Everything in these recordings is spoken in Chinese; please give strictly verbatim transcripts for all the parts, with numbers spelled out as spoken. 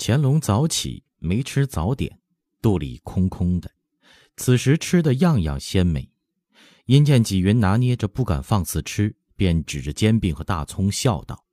乾隆早起没吃早点，肚里空空的，此时吃的样样鲜美。因见纪云拿捏着不敢放肆吃，便指着煎饼和大葱笑道：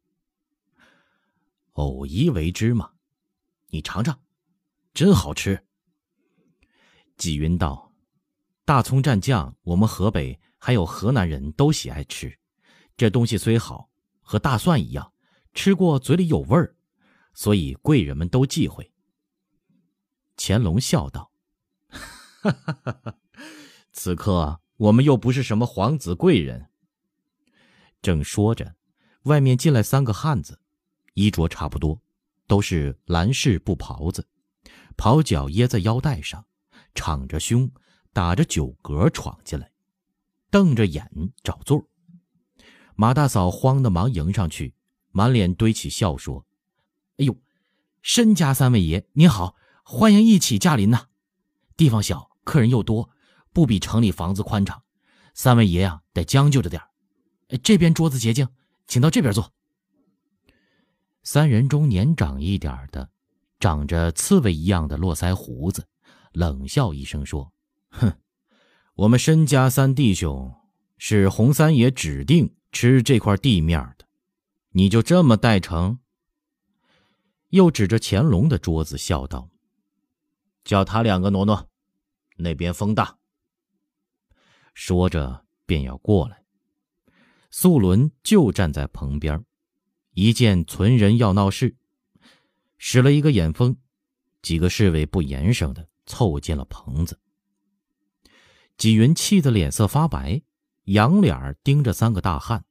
偶一为之嘛，你尝尝，真好吃。纪云道：大葱蘸酱我们河北还有河南人都喜爱吃，这东西虽好，和大蒜一样，吃过嘴里有味儿，所以贵人们都忌讳。乾隆笑道：哈哈哈哈，此刻我们又不是什么皇子贵人。正说着，外面进来三个汉子，衣着差不多，都是蓝式布袍子，袍脚掖在腰带上，敞着胸，打着酒嗝闯进来，瞪着眼找座。马大嫂慌得忙迎上去，满脸堆起笑说：哎呦，申家三位爷您好，欢迎一起驾临呐！地方小，客人又多，不比城里房子宽敞，三位爷啊得将就着点。这边桌子洁净，请到这边坐。三人中年长一点的，长着刺猬一样的络腮胡子，冷笑一声说：哼，我们申家三弟兄是洪三爷指定吃这块地面的，你就这么带成？又指着乾隆的桌子笑道：叫他两个挪挪，那边风大。说着便要过来，素伦就站在棚边，一见存人要闹事，使了一个眼风，几个侍卫不言声的凑进了棚子。纪云气得脸色发白，仰脸盯着三个大汉：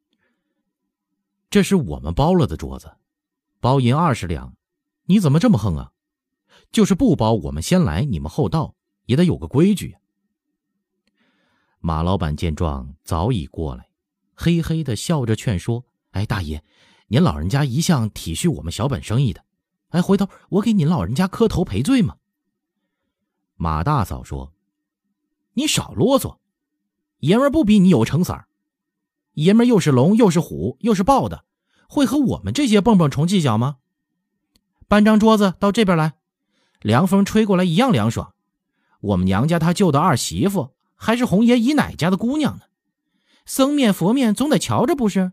这是我们包了的桌子，包银二十两，你怎么这么横啊？就是不包，我们先来，你们后到，也得有个规矩。马老板见状早已过来，嘿嘿地笑着劝说：哎，大爷，您老人家一向体恤我们小本生意的，哎，回头我给您老人家磕头赔罪嘛。马大嫂说：你少啰嗦，爷们不比你有成色儿，爷们又是龙又是虎又是豹的，会和我们这些蹦蹦虫计较吗？搬张桌子到这边来，凉风吹过来一样凉爽。我们娘家她救的二媳妇还是红爷姨奶家的姑娘呢，僧面佛面总得瞧着不是？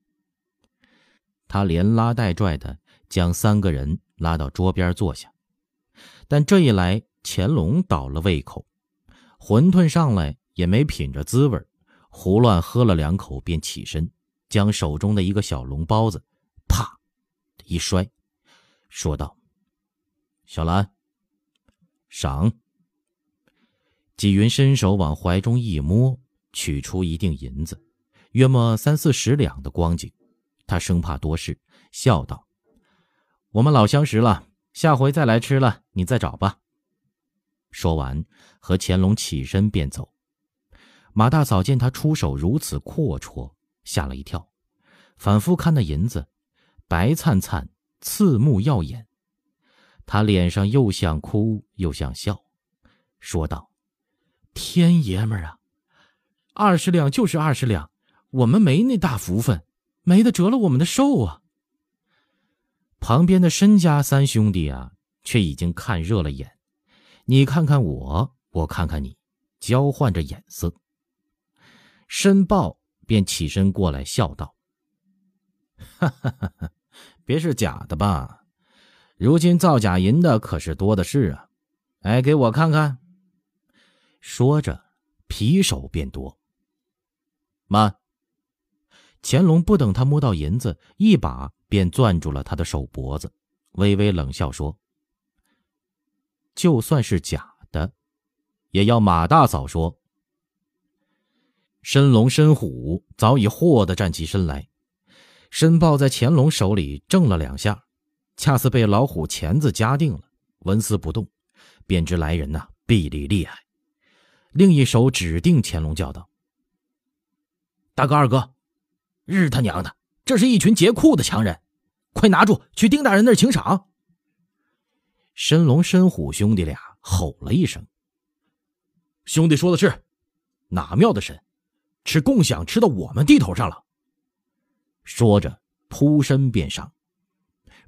他连拉带拽的将三个人拉到桌边坐下，但这一来乾隆倒了胃口，馄饨上来也没品着滋味，胡乱喝了两口便起身，将手中的一个小笼包子啪一摔，说道：小兰，赏。纪云伸手往怀中一摸，取出一锭银子，约莫三四十两的光景。他生怕多事，笑道：我们老相识了，下回再来吃了你再找吧。说完和乾隆起身便走。马大嫂见他出手如此阔绰，吓了一跳，反复看那银子，白灿灿，刺目耀眼。他脸上又像哭又像笑，说道：天爷们儿啊，二十两就是二十两，我们没那大福分，没得折了我们的寿啊。旁边的申家三兄弟啊，却已经看热了眼，你看看我，我看看你，交换着眼色。申豹便起身过来笑道：哈哈哈哈，别是假的吧？如今造假银的可是多的是啊，哎，给我看看。说着劈手便夺。慢！乾隆不等他摸到银子，一把便攥住了他的手脖子，微微冷笑说：就算是假的，也要马大嫂说。申龙申虎早已霍地站起身来，申豹在乾隆手里挣了两下，恰似被老虎钳子夹定了，纹丝不动，便知来人呐、啊、臂力厉害。另一手指定乾隆叫道：大哥二哥，日他娘的，这是一群劫库的强人，快拿住去丁大人那儿请赏。申龙申虎兄弟俩吼了一声：兄弟说的是，哪庙的神吃共享吃到我们地头上了。说着扑身便上，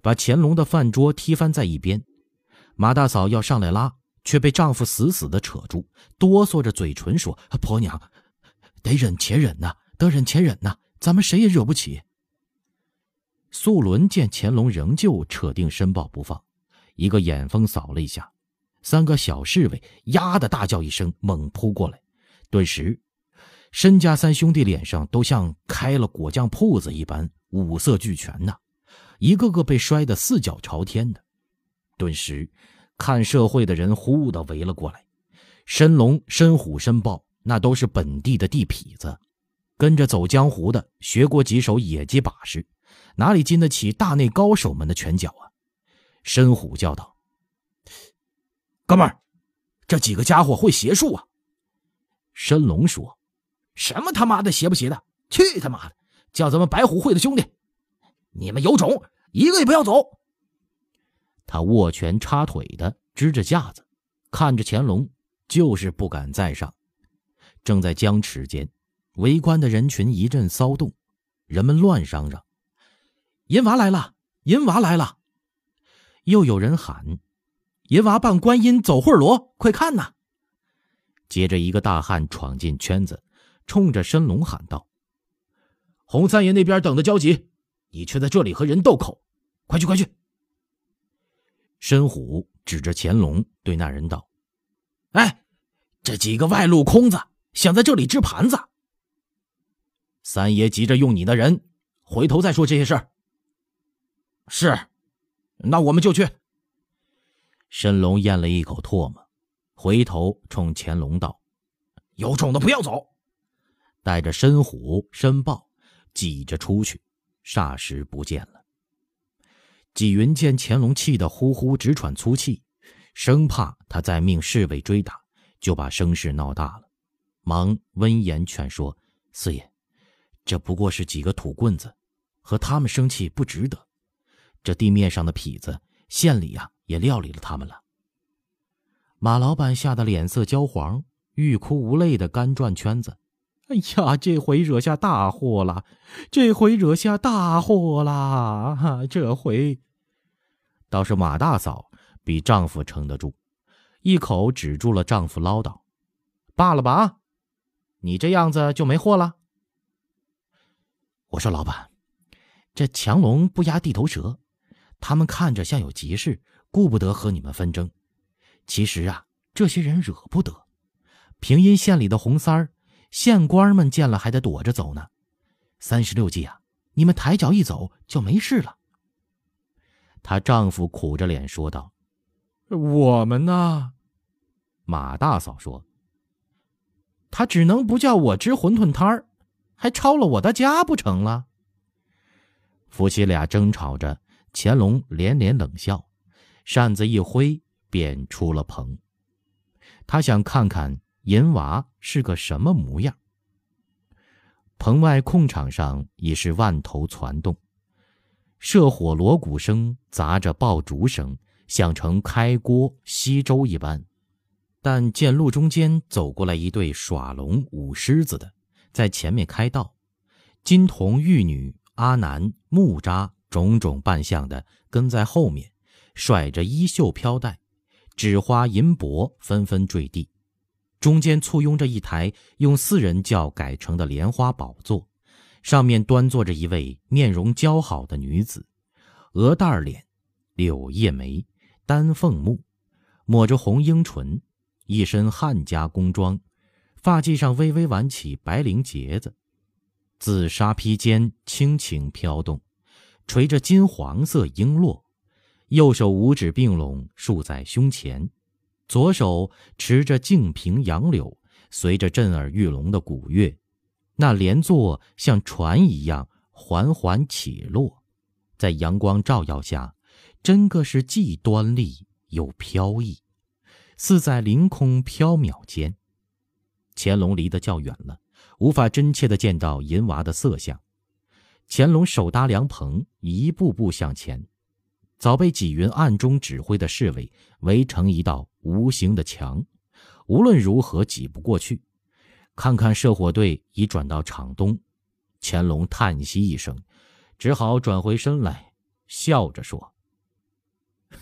把乾隆的饭桌踢翻在一边。马大嫂要上来拉，却被丈夫死死地扯住，哆嗦着嘴唇说：“婆娘，得忍且忍呐、啊，得忍且忍呐、啊，咱们谁也惹不起。”素伦见乾隆仍旧扯定申报不放，一个眼风扫了一下，三个小侍卫呀的大叫一声，猛扑过来。顿时申家三兄弟脸上都像开了果酱铺子一般，五色俱全呐、啊，一个个被摔得四脚朝天的。顿时看社会的人呼的围了过来。申龙、申虎、申豹那都是本地的地痞子，跟着走江湖的，学过几手野鸡把式，哪里经得起大内高手们的拳脚啊？申虎叫道：“哥们儿，这几个家伙会邪术啊！”申龙说：“什么他妈的邪不邪的，去他妈的，叫咱们白虎会的兄弟，你们有种，一个也不要走！”他握拳插腿的支着架子，看着乾隆，就是不敢再上。正在僵持间，围观的人群一阵骚动，人们乱嚷嚷：“银娃来了，银娃来了！”又有人喊：“银娃扮观音走会罗，快看呐！”接着一个大汉闯进圈子，冲着申龙喊道：“洪三爷那边等得焦急，你却在这里和人斗口，快去快去！”申虎指着乾隆对那人道：“哎，这几个外路空子想在这里支盘子。三爷急着用你的人，回头再说这些事儿。”“是，那我们就去。”申龙咽了一口唾沫，回头冲乾隆道：“有种的不要走！”带着申虎、申豹挤着出去，霎时不见了。纪云见乾隆气得呼呼直喘粗气，生怕他再命侍卫追打，就把声势闹大了，忙温言劝说：“四爷，这不过是几个土棍子，和他们生气不值得。这地面上的痞子，县里啊也料理了他们了。”马老板吓得脸色焦黄，欲哭无泪的干转圈子：“哎呀，这回惹下大祸了，这回惹下大祸啦！这回……”倒是马大嫂比丈夫撑得住，一口止住了丈夫唠叨：“罢了吧，你这样子就没货了。”“我说老板，这强龙不压地头蛇，他们看着像有急事，顾不得和你们纷争。其实啊，这些人惹不得。平阴县里的红三儿，县官们见了还得躲着走呢。三十六计啊，你们抬脚一走就没事了。”她丈夫苦着脸说道：“我们呢？”马大嫂说：“他只能不叫我支馄饨摊儿，还抄了我的家不成了？”夫妻俩争吵着，乾隆连连冷笑，扇子一挥便出了棚。他想看看银娃是个什么模样。棚外空场上已是万头攒动，射火锣鼓声杂着爆竹声，像成开锅吸粥一般。但见路中间走过来一对耍龙舞狮子的，在前面开道，金童玉女、阿南、木扎种种扮相的跟在后面，甩着衣袖飘带，纸花银箔纷纷坠地。中间簇拥着一台用四人轿改成的莲花宝座，上面端坐着一位面容姣好的女子，鹅蛋脸，柳叶眉，丹凤目，抹着红樱唇，一身汉家宫装，发髻上微微挽起白绫结子，紫纱披肩轻轻飘动，垂着金黄色璎珞，右手五指并拢竖在胸前，左手持着净瓶杨柳，随着震耳欲聋的鼓乐，那莲座像船一样缓缓起落，在阳光照耀下，真个是既端丽又飘逸，似在凌空缥缈间。乾隆离得较远了，无法真切地见到银娃的色相。乾隆手搭凉棚，一步步向前，早被纪云暗中指挥的侍卫围成一道无形的墙，无论如何挤不过去。看看射火队已转到场东，乾隆叹息一声，只好转回身来，笑着说：“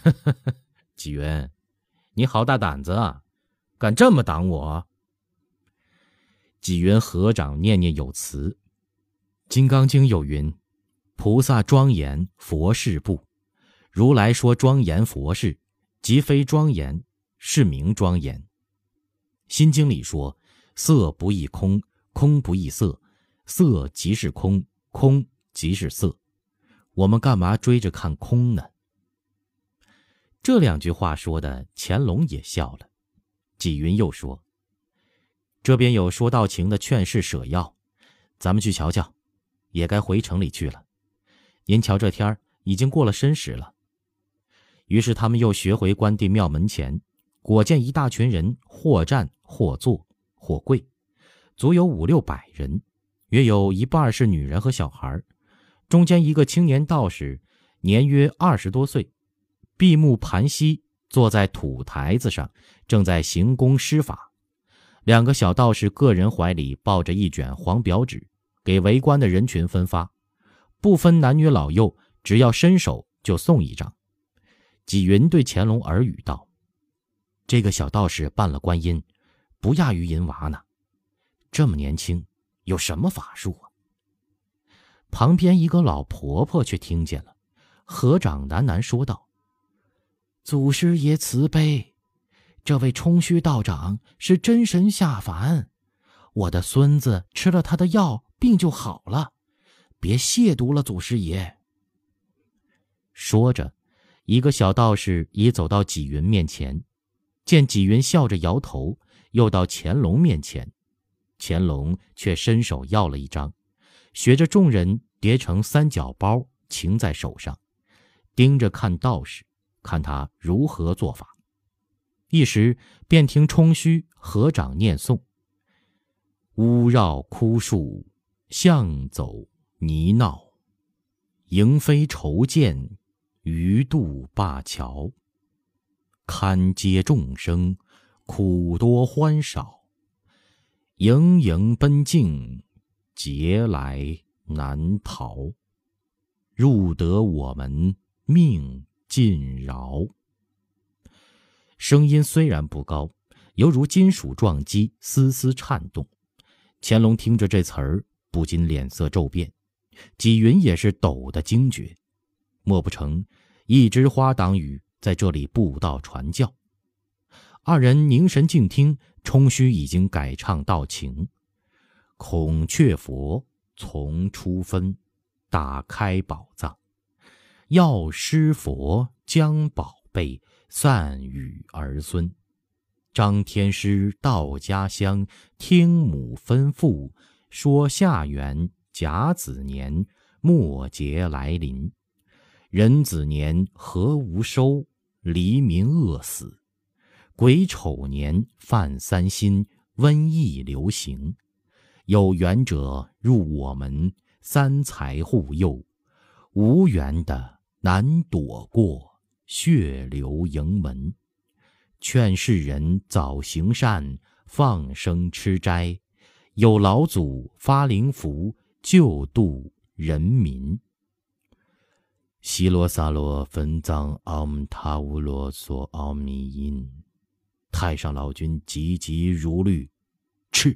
纪云，你好大胆子啊，敢这么挡我？纪云合掌念念有词，《金刚经》有云：菩萨庄严，佛事不。如来说庄严佛事，即非庄严，是名庄严。《心经》里说：色不异空，空不异色，色即是空，空即是色。我们干嘛追着看空呢？这两句话说的，乾隆也笑了。纪云又说：这边有说道情的劝世舍药，咱们去瞧瞧，也该回城里去了。您瞧这天儿已经过了申时了。于是他们又学回关帝庙门前，果见一大群人，或站或坐或跪，足有五六百人，约有一半是女人和小孩。中间一个青年道士，年约二十多岁，闭目盘膝，坐在土台子上，正在行功施法。两个小道士个人怀里抱着一卷黄表纸，给围观的人群分发，不分男女老幼，只要伸手就送一张。纪云对乾隆耳语道：这个小道士扮了观音，不亚于银娃呢，这么年轻，有什么法术啊？旁边一个老婆婆却听见了，合掌喃喃说道：祖师爷慈悲，这位冲虚道长是真神下凡，我的孙子吃了他的药，病就好了，别亵渎了祖师爷。说着，一个小道士已走到纪云面前，见纪云笑着摇头，又到乾隆面前，乾隆却伸手要了一张，学着众人叠成三角包，擎在手上，盯着看道士，看他如何做法。一时便听冲虚合掌念诵：屋绕枯树，向走泥淖，迎飞筹剑，鱼渡灞桥。堪接众生，苦多欢少，盈盈奔径，劫来难逃。入得我们，命尽饶。声音虽然不高，犹如金属撞击，丝丝颤动。乾隆听着这词儿，不禁脸色骤变，纪云也是抖得惊觉。莫不成一枝花党羽在这里布道传教？二人凝神静听，冲虚已经改唱道情：孔雀佛从初分，打开宝藏，药师佛将宝贝散与儿孙。张天师到家乡，听母吩咐，说下元甲子年，末节来临。壬子年禾无收，黎民饿死。癸丑年犯三辛，瘟疫流行。有缘者入我门，三财护佑；无缘的难躲过，血流营门。劝世人早行善，放生吃斋，有老祖发灵符，救度人民。西罗萨罗分藏奥姆塔乌罗索奥米因。太上老君急急如律，敕。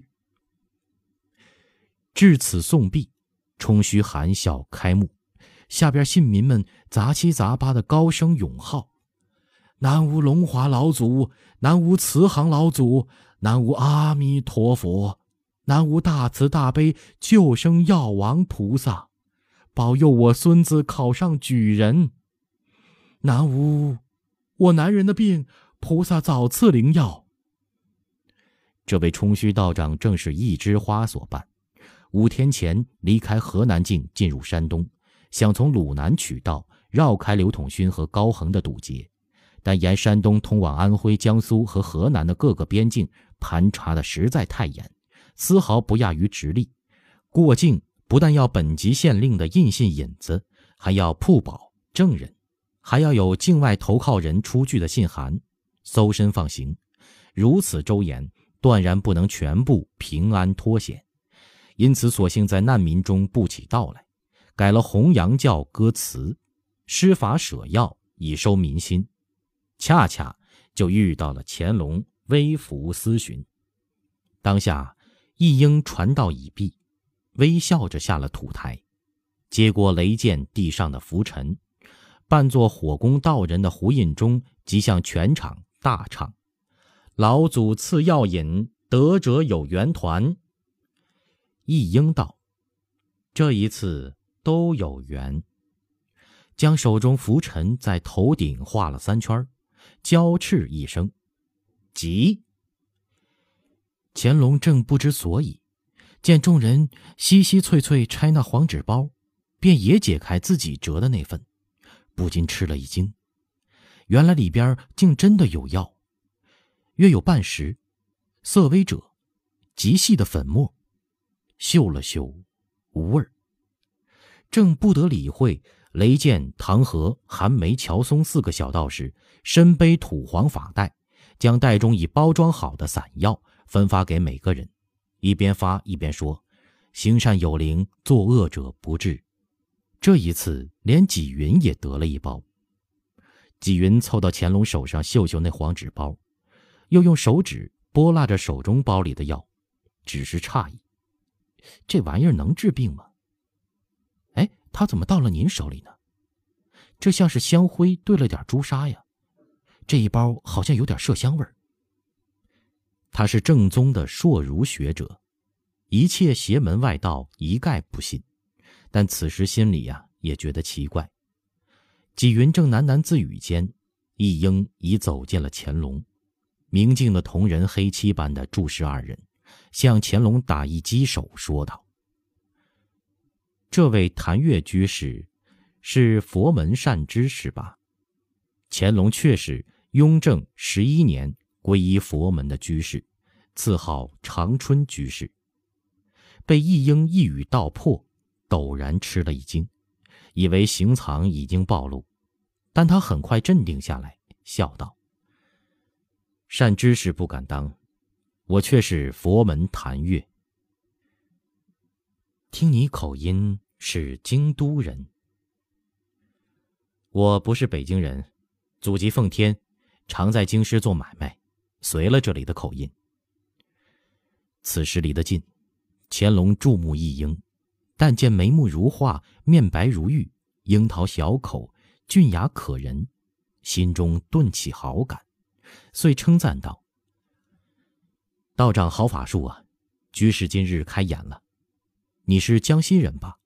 至此诵毕，冲虚含笑开幕，下边信民们杂七杂八的高声咏号：南无龙华老祖，南无慈航老祖，南无阿弥陀佛，南无大慈大悲救生药王菩萨，保佑我孙子考上举人。南无我男人的病，菩萨早赐灵药。这位冲虚道长正是一枝花所办，五天前离开河南境，进入山东，想从鲁南取道，绕开刘统勋和高恒的堵截，但沿山东通往安徽、江苏和河南的各个边境盘查的实在太严，丝毫不亚于直隶。过境不但要本级县令的印信引子，还要铺保证人，还要有境外投靠人出具的信函，搜身放行。如此周严，断然不能全部平安脱险，因此索性在难民中布起道来，改了弘扬教歌词，施法舍药以收民心， 恰恰就遇到了乾隆微服私巡。当下一应传道已毕，微笑着下了土台，接过雷剑地上的拂尘，扮作火攻道人的胡印中即向全场大唱：老祖赐药引，得者有缘团。一应道：这一次都有缘。将手中拂尘在头顶画了三圈，娇斥一声：急！乾隆正不知所以，见众人稀稀脆脆拆那黄纸包，便也解开自己折的那份，不禁吃了一惊。原来里边竟真的有药，约有半石，色微者，极细的粉末，嗅了嗅，无味儿。正不得理会，雷剑、唐和、韩梅、乔松四个小道士身背土黄法袋，将袋中已包装好的散药分发给每个人，一边发一边说：行善有灵，作恶者不至。这一次连纪云也得了一包。纪云凑到乾隆手上嗅嗅那黄纸包，又用手指拨拉着手中包里的药，只是诧异：这玩意儿能治病吗？哎，它怎么到了您手里呢？这像是香灰兑了点朱砂呀，这一包好像有点麝香味儿。他是正宗的硕儒学者，一切邪门外道一概不信，但此时心里呀、啊、也觉得奇怪。纪云正喃喃自语间，一应已走进了乾隆，明镜的铜人黑漆般的注视二人，向乾隆打一击手说道：这位谭岳居士是佛门善知识吧？乾隆确是雍正十一年皈依佛门的居士，赐号长春居士。被一应一语道破，陡然吃了一惊，以为行藏已经暴露，但他很快镇定下来，笑道：善知识不敢当，我却是佛门谭岳。听你口音是京都人。我不是北京人，祖籍奉天，常在京师做买卖，随了这里的口音。此时离得近，乾隆注目一应，但见眉目如画，面白如玉，樱桃小口，俊雅可人，心中顿起好感，遂称赞道：道长好法术啊，居士今日开眼了。你是江西人吧？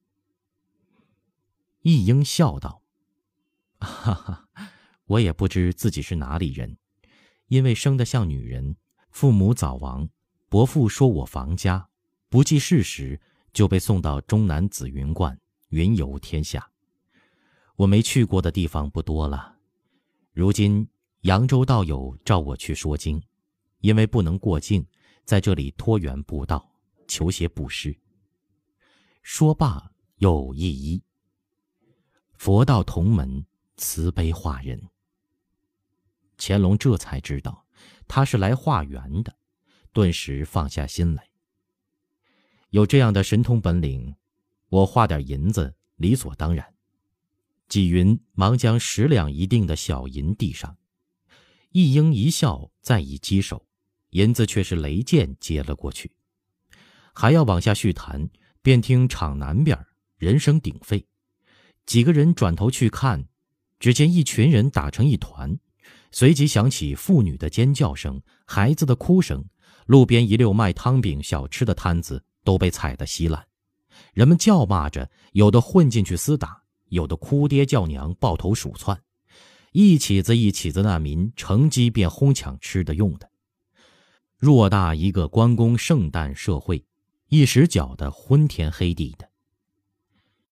一应笑道：哈哈，我也不知自己是哪里人，因为生得像女人，父母早亡，伯父说我防家，不记事实，就被送到中南紫云观，云游天下。我没去过的地方不多了，如今扬州道友召我去说经，因为不能过境，在这里托缘布道，求些布施。说罢又一一：佛道同门，慈悲化人。乾隆这才知道他是来化缘的，顿时放下心来。有这样的神通本领，我花点银子理所当然。纪云忙将十两一锭的小银递上，一应一笑，再一击手，银子却是雷剑接了过去。还要往下续谈，便听场南边人声鼎沸，几个人转头去看，只见一群人打成一团，随即响起妇女的尖叫声，孩子的哭声，路边一溜卖汤饼小吃的摊子都被踩得稀烂，人们叫骂着，有的混进去厮打，有的哭爹叫娘抱头鼠窜，一起子一起子难民乘机便哄抢吃的用的。偌大一个关公圣诞社会，一时搅得昏天黑地的。